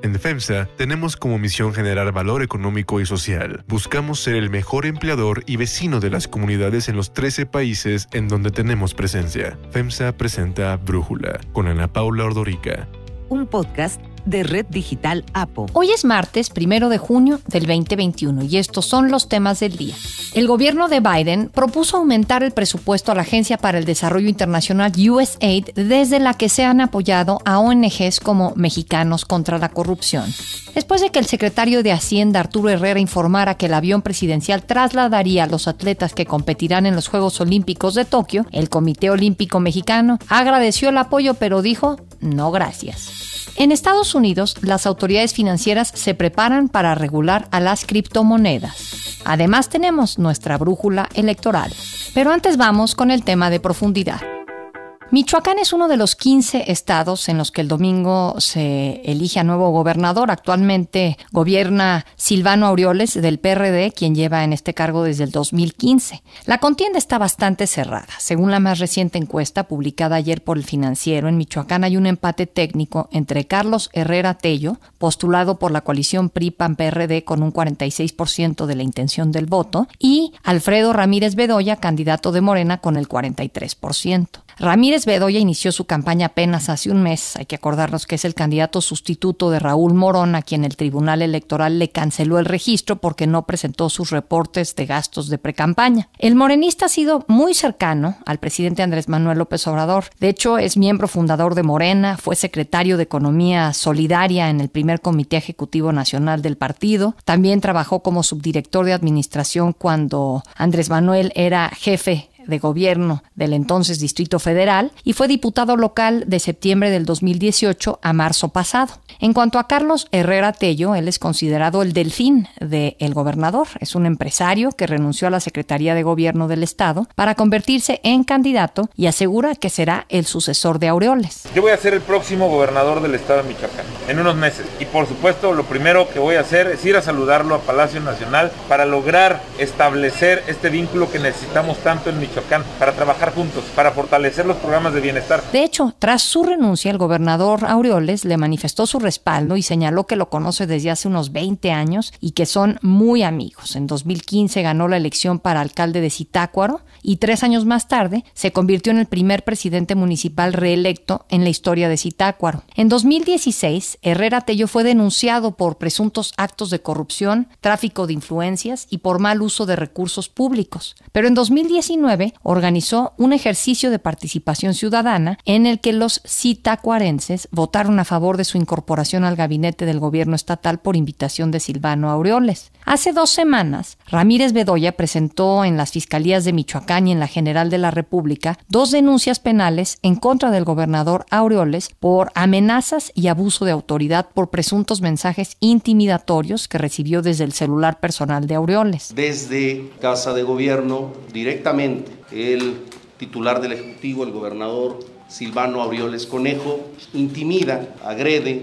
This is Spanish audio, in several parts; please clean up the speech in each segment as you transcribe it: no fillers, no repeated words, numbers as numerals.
En FEMSA tenemos como misión generar valor económico y social. Buscamos ser el mejor empleador y vecino de las comunidades en los 13 países en donde tenemos presencia. FEMSA presenta Brújula con Ana Paula Ordorica. Un podcast de Red Digital APO. Hoy es martes 1 de junio del 2021 y estos son los temas del día. El gobierno de Biden propuso aumentar el presupuesto a la Agencia para el Desarrollo Internacional USAID, desde la que se han apoyado a ONGs como Mexicanos contra la Corrupción. Después de que el secretario de Hacienda, Arturo Herrera, informara que el avión presidencial trasladaría a los atletas que competirán en los Juegos Olímpicos de Tokio, el Comité Olímpico Mexicano agradeció el apoyo, pero dijo no gracias. En Estados Unidos, las autoridades financieras se preparan para regular a las criptomonedas. Además, tenemos nuestra brújula electoral. Pero antes vamos con el tema de profundidad. Michoacán es uno de los 15 estados en los que el domingo se elige a nuevo gobernador. Actualmente gobierna Silvano Aureoles del PRD, quien lleva en este cargo desde el 2015. La contienda está bastante cerrada. Según la más reciente encuesta publicada ayer por El Financiero, en Michoacán hay un empate técnico entre Carlos Herrera Tello, postulado por la coalición PRI-PAN-PRD con un 46% de la intención del voto, y Alfredo Ramírez Bedoya, candidato de Morena, con el 43%. Ramírez Bedoya inició su campaña apenas hace un mes. Hay que acordarnos que es el candidato sustituto de Raúl Morón, a quien el Tribunal Electoral le canceló el registro porque no presentó sus reportes de gastos de precampaña. El morenista ha sido muy cercano al presidente Andrés Manuel López Obrador. De hecho, es miembro fundador de Morena, fue secretario de Economía Solidaria en el primer Comité Ejecutivo Nacional del partido. También trabajó como subdirector de administración cuando Andrés Manuel era jefe de gobierno del entonces Distrito Federal y fue diputado local de septiembre del 2018 a marzo pasado. En cuanto a Carlos Herrera Tello, él es considerado el delfín del gobernador. Es un empresario que renunció a la Secretaría de Gobierno del Estado para convertirse en candidato y asegura que será el sucesor de Aureoles. Yo voy a ser el próximo gobernador del Estado de Michoacán en unos meses y por supuesto lo primero que voy a hacer es ir a saludarlo a Palacio Nacional para lograr establecer este vínculo que necesitamos tanto en Michoacán, para trabajar juntos, para fortalecer los programas de bienestar. De hecho, tras su renuncia, el gobernador Aureoles le manifestó su respaldo y señaló que lo conoce desde hace unos 20 años y que son muy amigos. En 2015 ganó la elección para alcalde de Zitácuaro y 3 años más tarde se convirtió en el primer presidente municipal reelecto en la historia de Zitácuaro. En 2016, Herrera Tello fue denunciado por presuntos actos de corrupción, tráfico de influencias y por mal uso de recursos públicos. Pero en 2019 organizó un ejercicio de participación ciudadana en el que los zitácuarenses votaron a favor de su incorporación al gabinete del gobierno estatal por invitación de Silvano Aureoles. Hace 2 semanas, Ramírez Bedoya presentó en las fiscalías de Michoacán y en la General de la República 2 denuncias penales en contra del gobernador Aureoles por amenazas y abuso de autoridad por presuntos mensajes intimidatorios que recibió desde el celular personal de Aureoles. Desde Casa de Gobierno, directamente, el titular del Ejecutivo, el gobernador Silvano Aureoles Conejo, intimida, agrede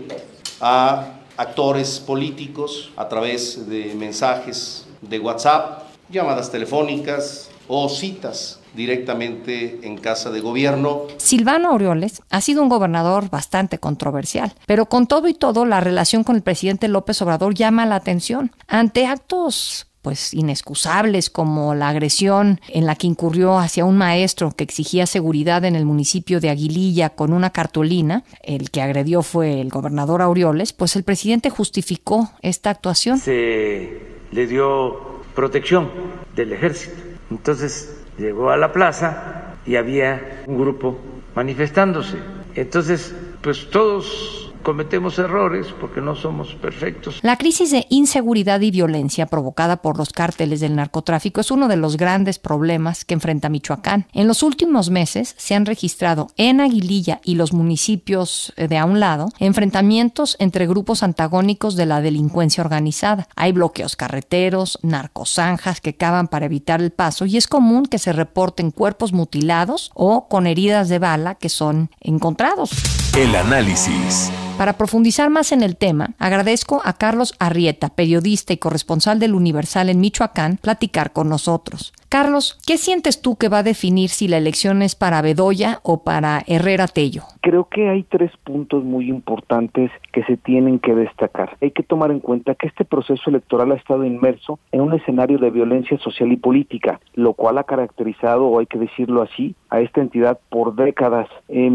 a actores políticos a través de mensajes de WhatsApp, llamadas telefónicas o citas directamente en Casa de Gobierno. Silvano Aureoles ha sido un gobernador bastante controversial, pero con todo y todo, la relación con el presidente López Obrador llama la atención. Ante actos inexcusables como la agresión en la que incurrió hacia un maestro que exigía seguridad en el municipio de Aguililla con una cartulina, el que agredió fue el gobernador Aureoles, pues el presidente justificó esta actuación. Se le dio protección del ejército. Entonces llegó a la plaza y había un grupo manifestándose. Entonces, pues todos cometemos errores porque no somos perfectos. La crisis de inseguridad y violencia provocada por los cárteles del narcotráfico es uno de los grandes problemas que enfrenta Michoacán. En los últimos meses se han registrado en Aguililla y los municipios de a un lado enfrentamientos entre grupos antagónicos de la delincuencia organizada. Hay bloqueos carreteros, narcozanjas que cavan para evitar el paso y es común que se reporten cuerpos mutilados o con heridas de bala que son encontrados. El análisis. Para profundizar más en el tema, agradezco a Carlos Arrieta, periodista y corresponsal del Universal en Michoacán, platicar con nosotros. Carlos, ¿qué sientes tú que va a definir si la elección es para Bedoya o para Herrera Tello? Creo que hay 3 puntos muy importantes que se tienen que destacar. Hay que tomar en cuenta que este proceso electoral ha estado inmerso en un escenario de violencia social y política, lo cual ha caracterizado, o hay que decirlo así, a esta entidad por décadas.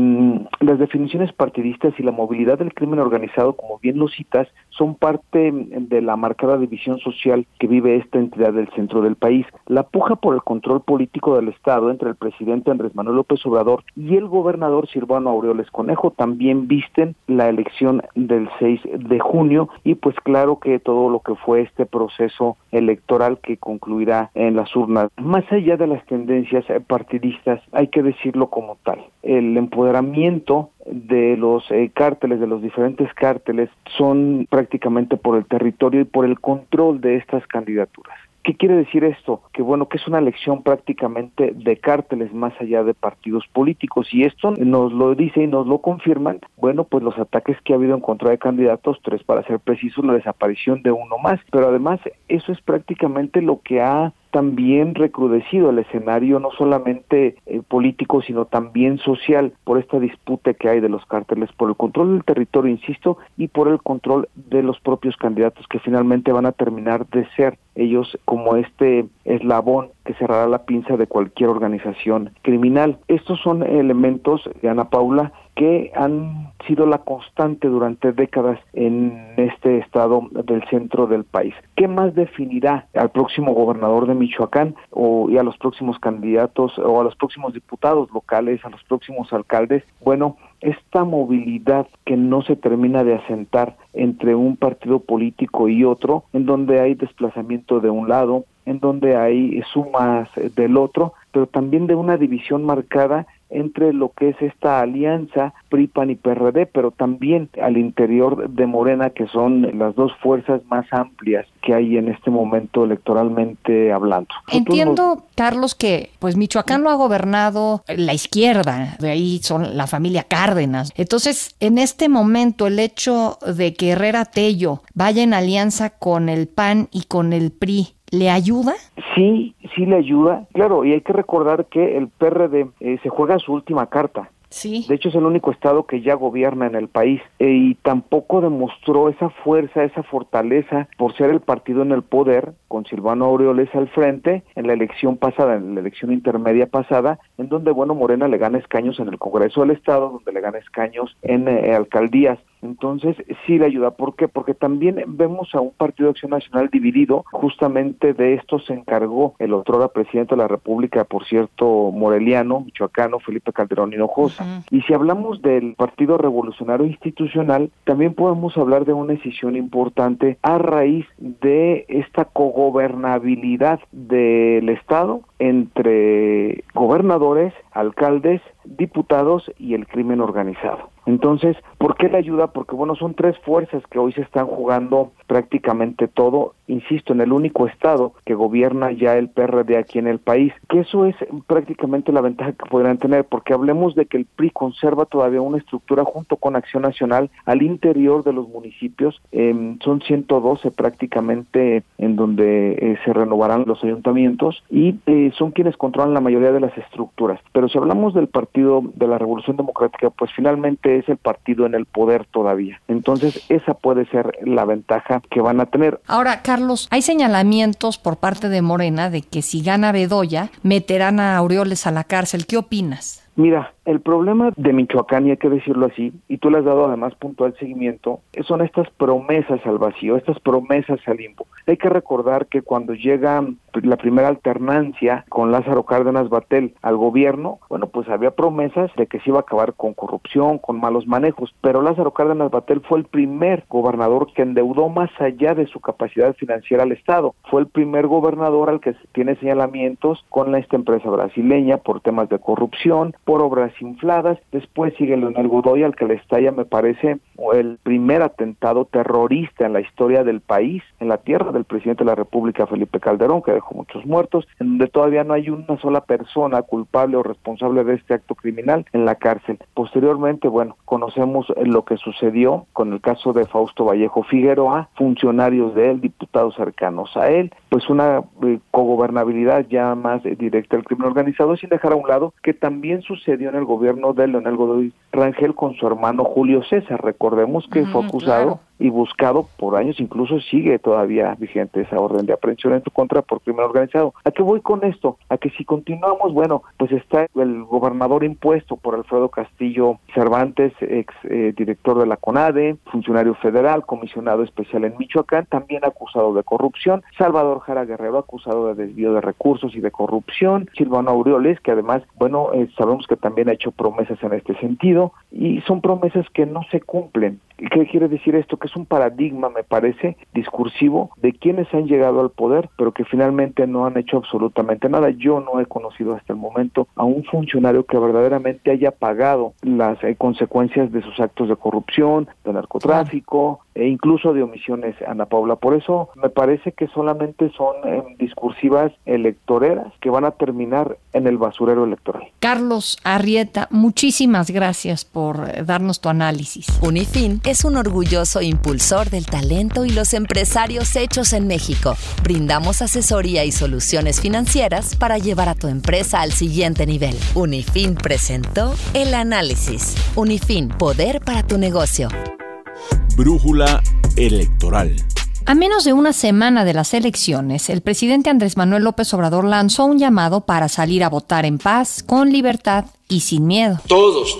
Las definiciones partidistas y la movilidad del crimen organizado, como bien lo citas, son parte de la marcada división social que vive esta entidad del centro del país. La puja por el control político del Estado entre el presidente Andrés Manuel López Obrador y el gobernador Silvano Aureoles Conejo también visten la elección del 6 de junio y pues claro que todo lo que fue este proceso electoral que concluirá en las urnas. Más allá de las tendencias partidistas, hay que decirlo como tal, el empoderamiento de los cárteles, de los diferentes cárteles, son prácticamente por el territorio y por el control de estas candidaturas. ¿Qué quiere decir esto? Que bueno, que es una elección prácticamente de cárteles más allá de partidos políticos, y esto nos lo dice y nos lo confirman, bueno, pues los ataques que ha habido en contra de candidatos, 3 para ser precisos, la desaparición de uno más, pero además eso es prácticamente lo que ha también recrudecido el escenario no solamente político, sino también social, por esta disputa que hay de los cárteles, por el control del territorio, insisto, y por el control de los propios candidatos que finalmente van a terminar de ser ellos como este eslabón que cerrará la pinza de cualquier organización criminal. Estos son elementos, Ana Paula, que han sido la constante durante décadas en este estado del centro del país. ¿Qué más definirá al próximo gobernador de Michoacán y a los próximos candidatos o a los próximos diputados locales, a los próximos alcaldes? Bueno, esta movilidad que no se termina de asentar entre un partido político y otro, en donde hay desplazamiento de un lado, en donde hay sumas del otro, pero también de una división marcada entre lo que es esta alianza PRI, PAN y PRD, pero también al interior de Morena, que son las 2 fuerzas más amplias que hay en este momento electoralmente hablando. Entiendo, Carlos, que pues Michoacán lo ha gobernado la izquierda, de ahí son la familia Cárdenas. Entonces, en este momento, el hecho de que Herrera Tello vaya en alianza con el PAN y con el PRI, ¿le ayuda? Sí le ayuda, claro, y hay que recordar que el PRD se juega su última carta. Sí. De hecho, es el único estado que ya gobierna en el país y tampoco demostró esa fuerza, esa fortaleza por ser el partido en el poder, con Silvano Aureoles al frente, en la elección pasada, en la elección intermedia pasada, en donde, bueno, Morena le gana escaños en el Congreso del Estado, donde le gana escaños en alcaldías. Entonces, sí le ayuda. ¿Por qué? Porque también vemos a un Partido de Acción Nacional dividido. Justamente de esto se encargó el otrora presidente de la República, por cierto, moreliano, michoacano, Felipe Calderón Hinojosa. Uh-huh. Y si hablamos del Partido Revolucionario Institucional, también podemos hablar de una decisión importante a raíz de esta cogobernabilidad del Estado entre gobernadores, alcaldes, diputados y el crimen organizado. Entonces, ¿por qué le ayuda? Porque, bueno, son 3 fuerzas que hoy se están jugando prácticamente todo, insisto, en el único estado que gobierna ya el PRD aquí en el país, que eso es prácticamente la ventaja que podrán tener, porque hablemos de que el PRI conserva todavía una estructura junto con Acción Nacional al interior de los municipios, son 112 prácticamente en donde se renovarán los ayuntamientos y son quienes controlan la mayoría de las estructuras, pero si hablamos del Partido de la Revolución Democrática, pues finalmente es el partido en el poder todavía. Entonces, esa puede ser la ventaja que van a tener. Ahora, Carlos, hay señalamientos por parte de Morena de que si gana Bedoya, meterán a Aureoles a la cárcel. ¿Qué opinas? Mira, el problema de Michoacán, y hay que decirlo así, y tú le has dado además puntual seguimiento, son estas promesas al vacío, estas promesas al limbo. Hay que recordar que cuando llega la primera alternancia con Lázaro Cárdenas Battel al gobierno, bueno, pues había promesas de que se iba a acabar con corrupción, con malos manejos, pero Lázaro Cárdenas Battel fue el primer gobernador que endeudó más allá de su capacidad financiera al Estado. Fue el primer gobernador al que tiene señalamientos con esta empresa brasileña por temas de corrupción, por obras infladas. Después sigue Leonel Godoy, al que le estalla, me parece, el primer atentado terrorista en la historia del país, en la tierra del presidente de la República, Felipe Calderón, que dejó muchos muertos, en donde todavía no hay una sola persona culpable o responsable de este acto criminal en la cárcel. Posteriormente, conocemos lo que sucedió con el caso de Fausto Vallejo Figueroa, funcionarios de él, diputados cercanos a él, pues una cogobernabilidad ya más directa al crimen organizado, sin dejar a un lado que también sucedió en el gobierno de Leonel Godoy Rangel con su hermano Julio César. Recordemos que fue acusado y buscado por años, incluso sigue todavía vigente esa orden de aprehensión en su contra por crimen organizado. ¿A qué voy con esto? A que si continuamos, pues está el gobernador impuesto por Alfredo Castillo Cervantes, ex director de la CONADE, funcionario federal, comisionado especial en Michoacán, también acusado de corrupción, Salvador Jara Guerrero, acusado de desvío de recursos y de corrupción, Silvano Aureoles, que además, sabemos que también ha hecho promesas en este sentido, y son promesas que no se cumplen. ¿Qué quiere decir esto? Que es un paradigma, me parece, discursivo de quienes han llegado al poder, pero que finalmente no han hecho absolutamente nada. Yo no he conocido hasta el momento a un funcionario que verdaderamente haya pagado las consecuencias de sus actos de corrupción, de narcotráfico e incluso de omisiones, Ana Paula. Por eso me parece que solamente son discursivas electoreras que van a terminar en el basurero electoral. Carlos Arrieta, muchísimas gracias por darnos tu análisis. Unifin es un orgulloso impulsor del talento y los empresarios hechos en México. Brindamos asesoría y soluciones financieras para llevar a tu empresa al siguiente nivel. Unifin presentó El Análisis. Unifin, poder para tu negocio. Brújula electoral. A menos de una semana de las elecciones, el presidente Andrés Manuel López Obrador lanzó un llamado para salir a votar en paz, con libertad y sin miedo. Todos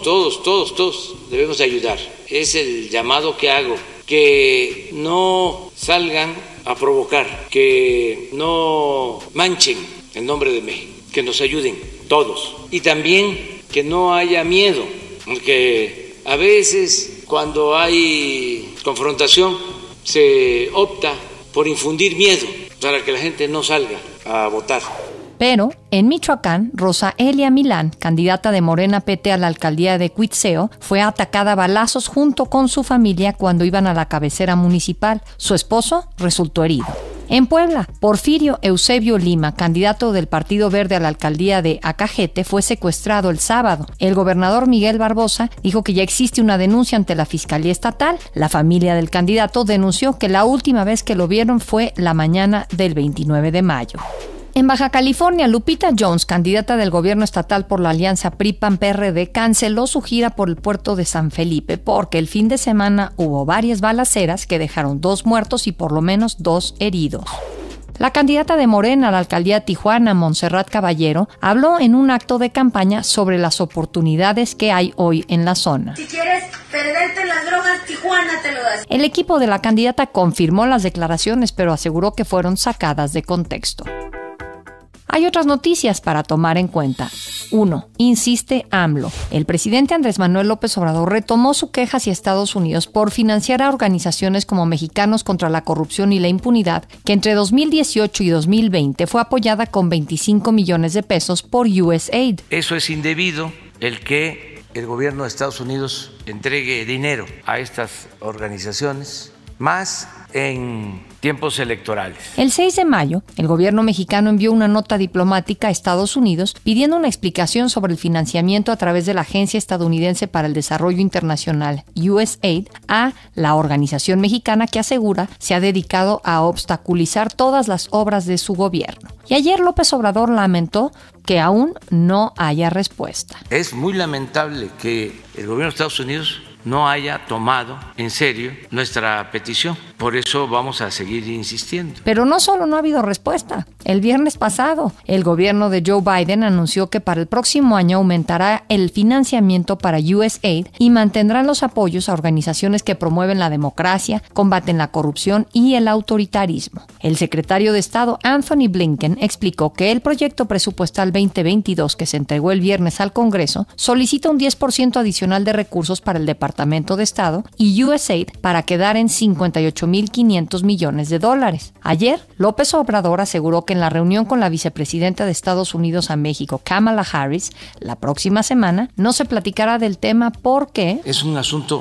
debemos de ayudar. Es el llamado que hago, que no salgan a provocar, que no manchen el nombre de México, que nos ayuden todos. Y también que no haya miedo, porque a veces cuando hay confrontación se opta por infundir miedo para que la gente no salga a votar. Pero en Michoacán, Rosa Elia Milán, candidata de Morena PT a la alcaldía de Cuitzeo, fue atacada a balazos junto con su familia cuando iban a la cabecera municipal. Su esposo resultó herido. En Puebla, Porfirio Eusebio Lima, candidato del Partido Verde a la alcaldía de Acajete, fue secuestrado el sábado. El gobernador Miguel Barbosa dijo que ya existe una denuncia ante la Fiscalía Estatal. La familia del candidato denunció que la última vez que lo vieron fue la mañana del 29 de mayo. En Baja California, Lupita Jones, candidata del gobierno estatal por la alianza PRI-PAN-PRD, canceló su gira por el puerto de San Felipe porque el fin de semana hubo varias balaceras que dejaron 2 muertos y por lo menos 2 heridos. La candidata de Morena a la alcaldía de Tijuana, Montserrat Caballero, habló en un acto de campaña sobre las oportunidades que hay hoy en la zona. Si quieres perderte las drogas, Tijuana te lo das. El equipo de la candidata confirmó las declaraciones, pero aseguró que fueron sacadas de contexto. Hay otras noticias para tomar en cuenta. 1. Insiste AMLO. El presidente Andrés Manuel López Obrador retomó su queja hacia Estados Unidos por financiar a organizaciones como Mexicanos contra la Corrupción y la Impunidad, que entre 2018 y 2020 fue apoyada con 25 millones de pesos por USAID. Eso es indebido, el que el gobierno de Estados Unidos entregue dinero a estas organizaciones, más en tiempos electorales. El 6 de mayo, el gobierno mexicano envió una nota diplomática a Estados Unidos pidiendo una explicación sobre el financiamiento a través de la Agencia Estadounidense para el Desarrollo Internacional, USAID, a la organización mexicana que asegura se ha dedicado a obstaculizar todas las obras de su gobierno. Y ayer López Obrador lamentó que aún no haya respuesta. Es muy lamentable que el gobierno de Estados Unidos no haya tomado en serio nuestra petición. Por eso vamos a seguir insistiendo. Pero no solo no ha habido respuesta. El viernes pasado, el gobierno de Joe Biden anunció que para el próximo año aumentará el financiamiento para USAID y mantendrán los apoyos a organizaciones que promueven la democracia, combaten la corrupción y el autoritarismo. El secretario de Estado, Anthony Blinken, explicó que el proyecto presupuestal 2022 que se entregó el viernes al Congreso solicita un 10% adicional de recursos para el Departamento de Estado y USAID para quedar en $58,500 millones. Ayer, López Obrador aseguró que en la reunión con la vicepresidenta de Estados Unidos a México, Kamala Harris, la próxima semana, no se platicará del tema porque es un asunto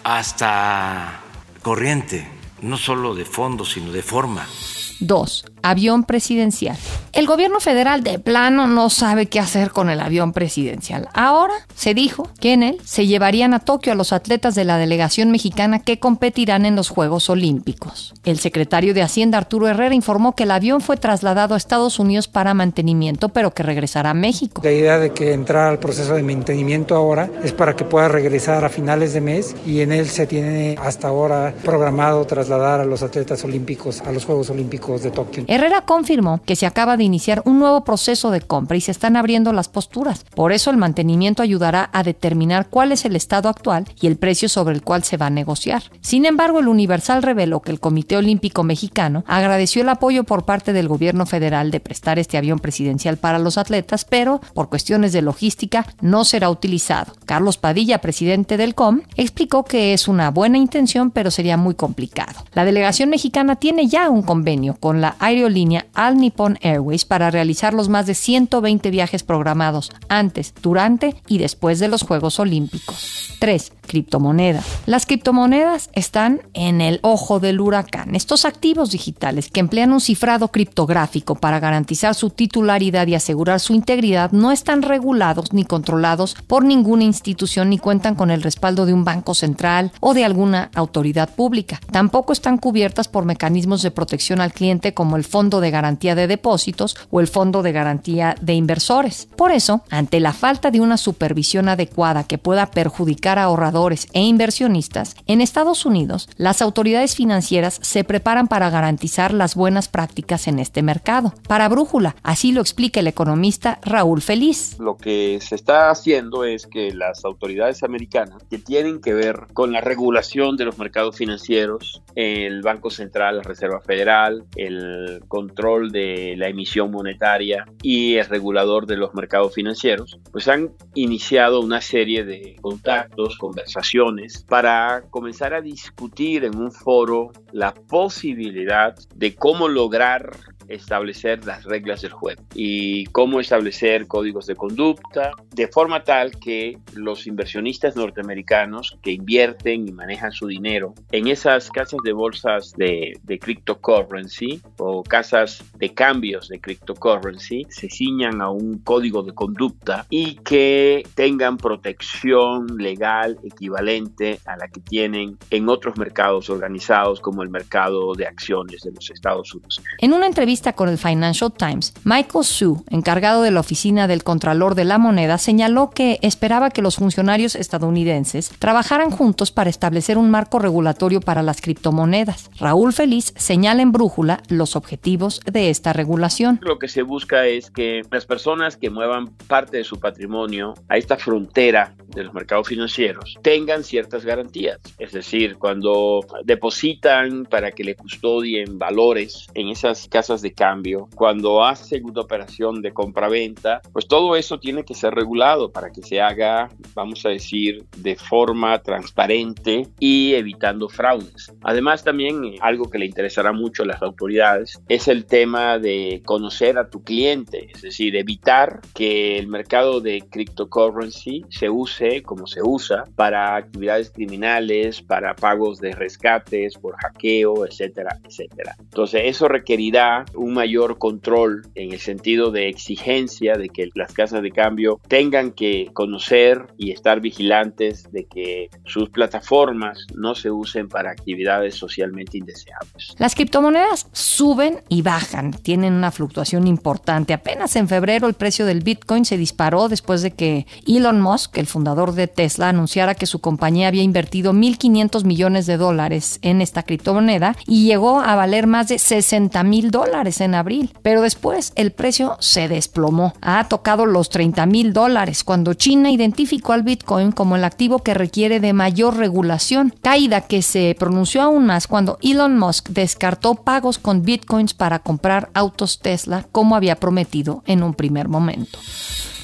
hasta corriente, no solo de fondo, sino de forma. 2. Avión presidencial. El gobierno federal de plano no sabe qué hacer con el avión presidencial. Ahora se dijo que en él se llevarían a Tokio a los atletas de la delegación mexicana que competirán en los Juegos Olímpicos. El secretario de Hacienda, Arturo Herrera, informó que el avión fue trasladado a Estados Unidos para mantenimiento, pero que regresará a México. La idea de que entrar al proceso de mantenimiento ahora es para que pueda regresar a finales de mes, y en él se tiene hasta ahora programado trasladar a los atletas olímpicos a los Juegos Olímpicos de Tokio. Herrera confirmó que se acaba de iniciar un nuevo proceso de compra y se están abriendo las posturas. Por eso el mantenimiento ayudará a determinar cuál es el estado actual y el precio sobre el cual se va a negociar. Sin embargo, el Universal reveló que el Comité Olímpico Mexicano agradeció el apoyo por parte del gobierno federal de prestar este avión presidencial para los atletas, pero por cuestiones de logística no será utilizado. Carlos Padilla, presidente del COM, explicó que es una buena intención, pero sería muy complicado. La delegación mexicana tiene ya un convenio con la aerolínea All Nippon Airways para realizar los más de 120 viajes programados antes, durante y después de los Juegos Olímpicos. 3. Criptomonedas. Las criptomonedas están en el ojo del huracán. Estos activos digitales que emplean un cifrado criptográfico para garantizar su titularidad y asegurar su integridad no están regulados ni controlados por ninguna institución ni cuentan con el respaldo de un banco central o de alguna autoridad pública. Tampoco están cubiertas por mecanismos de protección al cliente como el Fondo de Garantía de Depósitos o el Fondo de Garantía de Inversores. Por eso, ante la falta de una supervisión adecuada que pueda perjudicar a ahorradores e inversionistas, en Estados Unidos, las autoridades financieras se preparan para garantizar las buenas prácticas en este mercado. Para Brújula, así lo explica el economista Raúl Feliz. Lo que se está haciendo es que las autoridades americanas que tienen que ver con la regulación de los mercados financieros, el Banco Central, la Reserva Federal, el control de la emisión monetaria y el regulador de los mercados financieros, pues han iniciado una serie de contactos, conversaciones para comenzar a discutir en un foro la posibilidad de cómo lograr establecer las reglas del juego y cómo establecer códigos de conducta de forma tal que los inversionistas norteamericanos que invierten y manejan su dinero en esas casas de bolsas de cryptocurrency o casas de cambios de cryptocurrency se ciñan a un código de conducta y que tengan protección legal equivalente a la que tienen en otros mercados organizados como el mercado de acciones de los Estados Unidos. En una entrevista con el Financial Times, Michael Hsu, encargado de la oficina del Contralor de la Moneda, señaló que esperaba que los funcionarios estadounidenses trabajaran juntos para establecer un marco regulatorio para las criptomonedas. Raúl Feliz señala en Brújula los objetivos de esta regulación. Lo que se busca es que las personas que muevan parte de su patrimonio a esta frontera de los mercados financieros tengan ciertas garantías. Es decir, cuando depositan para que le custodien valores en esas casas de cambio, cuando hacen una operación de compra-venta, pues todo eso tiene que ser regulado para que se haga, vamos a decir, de forma transparente y evitando fraudes. Además, también algo que le interesará mucho a las autoridades es el tema de conocer a tu cliente, es decir, evitar que el mercado de cryptocurrency se use como se usa para actividades criminales, para pagos de rescates por hackeo, etcétera, etcétera. Entonces, eso requerirá un mayor control en el sentido de exigencia de que las casas de cambio tengan que conocer y estar vigilantes de que sus plataformas no se usen para actividades socialmente indeseables. Las criptomonedas suben y bajan, tienen una fluctuación importante. Apenas en febrero el precio del Bitcoin se disparó después de que Elon Musk, el fundador de Tesla, anunciara que su compañía había invertido $1,500 millones en esta criptomoneda y llegó a valer más de $60,000 en abril. Pero después el precio se desplomó. Ha tocado los $30,000 cuando China identificó al Bitcoin como el activo que requiere de mayor regulación. Caída que se pronunció aún más cuando Elon Musk descartó pagos con Bitcoins para comprar autos Tesla como había prometido en un primer momento.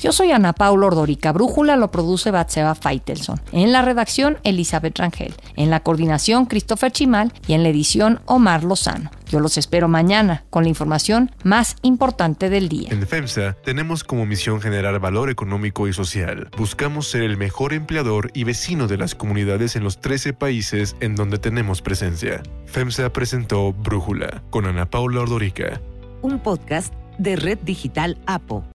Yo soy Ana Paula Ordorica. Brújula lo produce Batseba Faitelson. En la redacción, Elizabeth Rangel. En la coordinación, Christopher Chimal. Y en la edición, Omar Lozano. Yo los espero mañana con la información más importante del día. En FEMSA tenemos como misión generar valor económico y social. Buscamos ser el mejor empleador y vecino de las comunidades en los 13 países en donde tenemos presencia. FEMSA presentó Brújula con Ana Paula Ordorica. Un podcast de Red Digital APO.